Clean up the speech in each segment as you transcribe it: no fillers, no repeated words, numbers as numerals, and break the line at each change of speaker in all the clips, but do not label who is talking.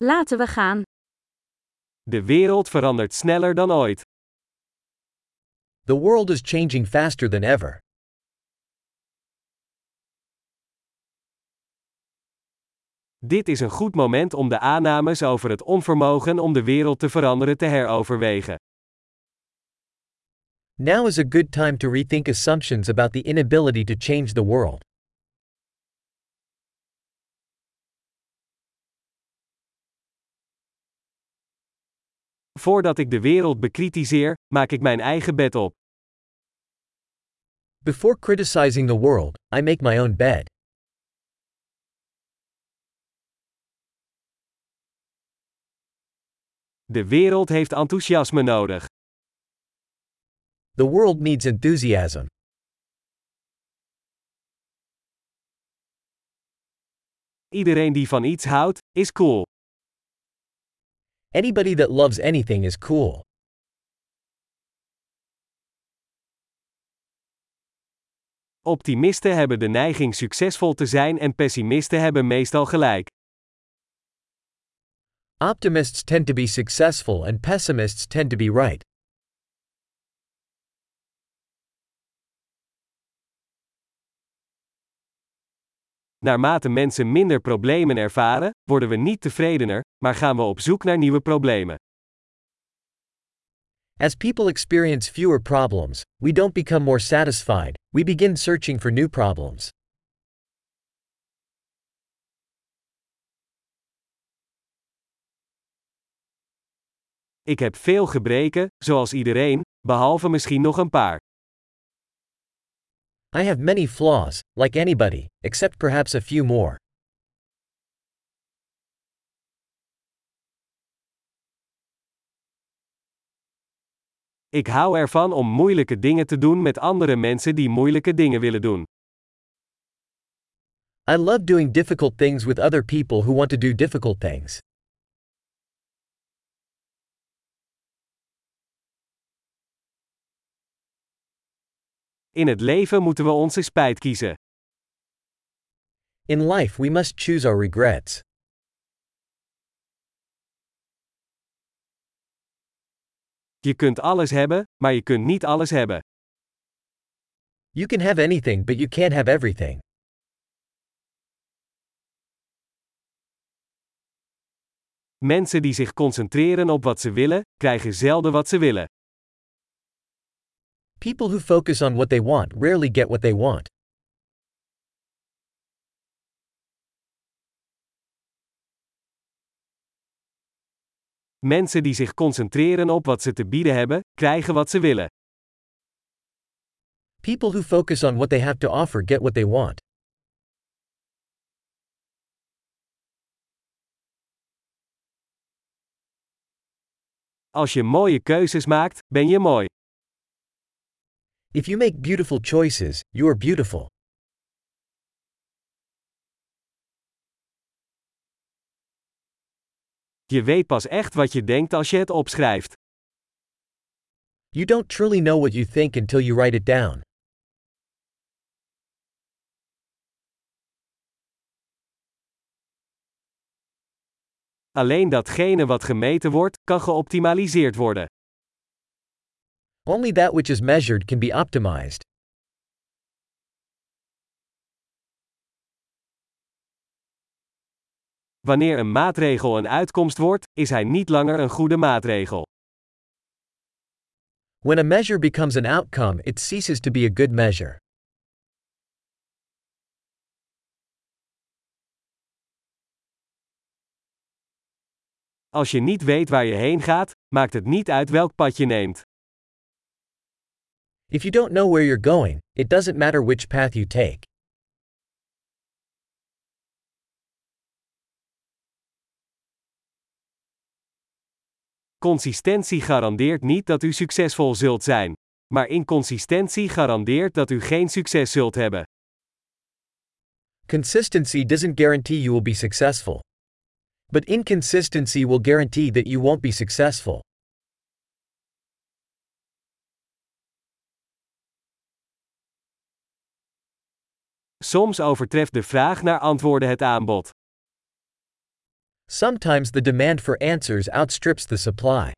Laten we gaan.
De wereld verandert sneller dan ooit.
The world is changing faster than ever.
Dit is een goed moment om de aannames over het onvermogen om de wereld te veranderen te heroverwegen.
Now is a good time to rethink assumptions about the inability to change the world.
Voordat ik de wereld bekritiseer, maak ik mijn eigen bed op.
Before criticizing the world, I make my own bed.
De wereld heeft enthousiasme nodig.
The world needs enthusiasm.
Iedereen die van iets houdt, is cool.
Anybody that loves anything is cool.
Optimisten hebben de neiging succesvol te zijn en pessimisten hebben meestal gelijk.
Optimists tend to be successful and pessimists tend to be right.
Naarmate mensen minder problemen ervaren, worden we niet tevredener, maar gaan we op zoek naar nieuwe problemen.
As people experience fewer problems, we don't become more satisfied, we begin searching for new problems.
Ik heb veel gebreken, zoals iedereen, behalve misschien nog een paar.
I have many flaws, like anybody, except perhaps a few more.
Ik hou ervan om moeilijke dingen te doen met andere mensen die moeilijke dingen willen doen.
I love doing difficult things with other people who want to do difficult things.
In het leven moeten we onze spijt kiezen.
In life we must choose our regrets.
Je kunt alles hebben, maar je kunt niet alles hebben.
You can have anything but you can't have everything.
Mensen die zich concentreren op wat ze willen, krijgen zelden wat ze willen.
People who focus on what they want rarely get what they want.
Mensen die zich concentreren op wat ze te bieden hebben, krijgen wat ze willen.
People who focus on what they have to offer get what they want.
Als je mooie keuzes maakt, ben je mooi.
If you make beautiful choices, you are beautiful.
Je weet pas echt wat je denkt als je het opschrijft.
You don't truly know what you think until you write it down.
Alleen datgene wat gemeten wordt, kan geoptimaliseerd worden.
Only that which is measured can be optimized.
Wanneer een maatregel een uitkomst wordt, is hij niet langer een goede maatregel.
When a measure becomes an outcome, it ceases to be a good measure.
Als je niet weet waar je heen gaat, maakt het niet uit welk pad je neemt.
If you don't know where you're going, it doesn't matter which path you take.
Consistentie garandeert niet dat u succesvol zult zijn. Maar inconsistentie garandeert dat u geen succes zult hebben.
Consistency doesn't guarantee you will be successful. But inconsistency will guarantee that you won't be successful.
Soms overtreft de vraag naar antwoorden het aanbod.
Sometimes the demand for answers outstrips the supply.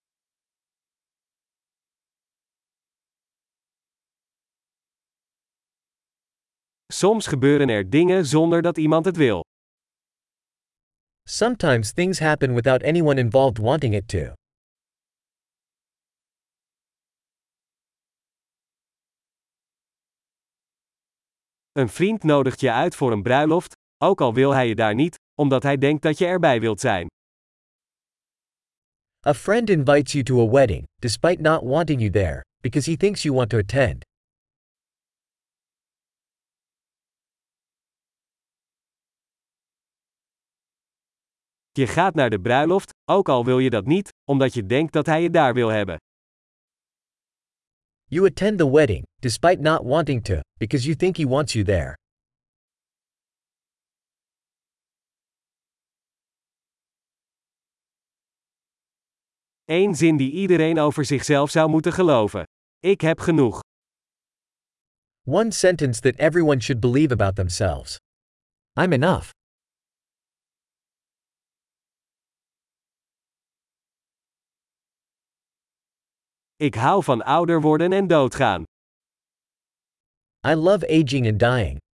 Soms gebeuren er dingen zonder dat iemand het wil.
Sometimes things happen without anyone involved wanting it to.
Een vriend nodigt je uit voor een bruiloft, ook al wil hij je daar niet, omdat hij denkt dat je erbij wilt zijn.
A friend invites you to a wedding, despite not wanting you there, because he thinks you want to attend.
Je gaat naar de bruiloft, ook al wil je dat niet, omdat je denkt dat hij je daar wil hebben.
You attend the wedding, despite not wanting to, because you think he wants you there.
Eén zin die iedereen over zichzelf zou moeten geloven. Ik heb genoeg.
One sentence that everyone should believe about themselves. I'm enough.
Ik hou van ouder worden en doodgaan.
I love aging and dying.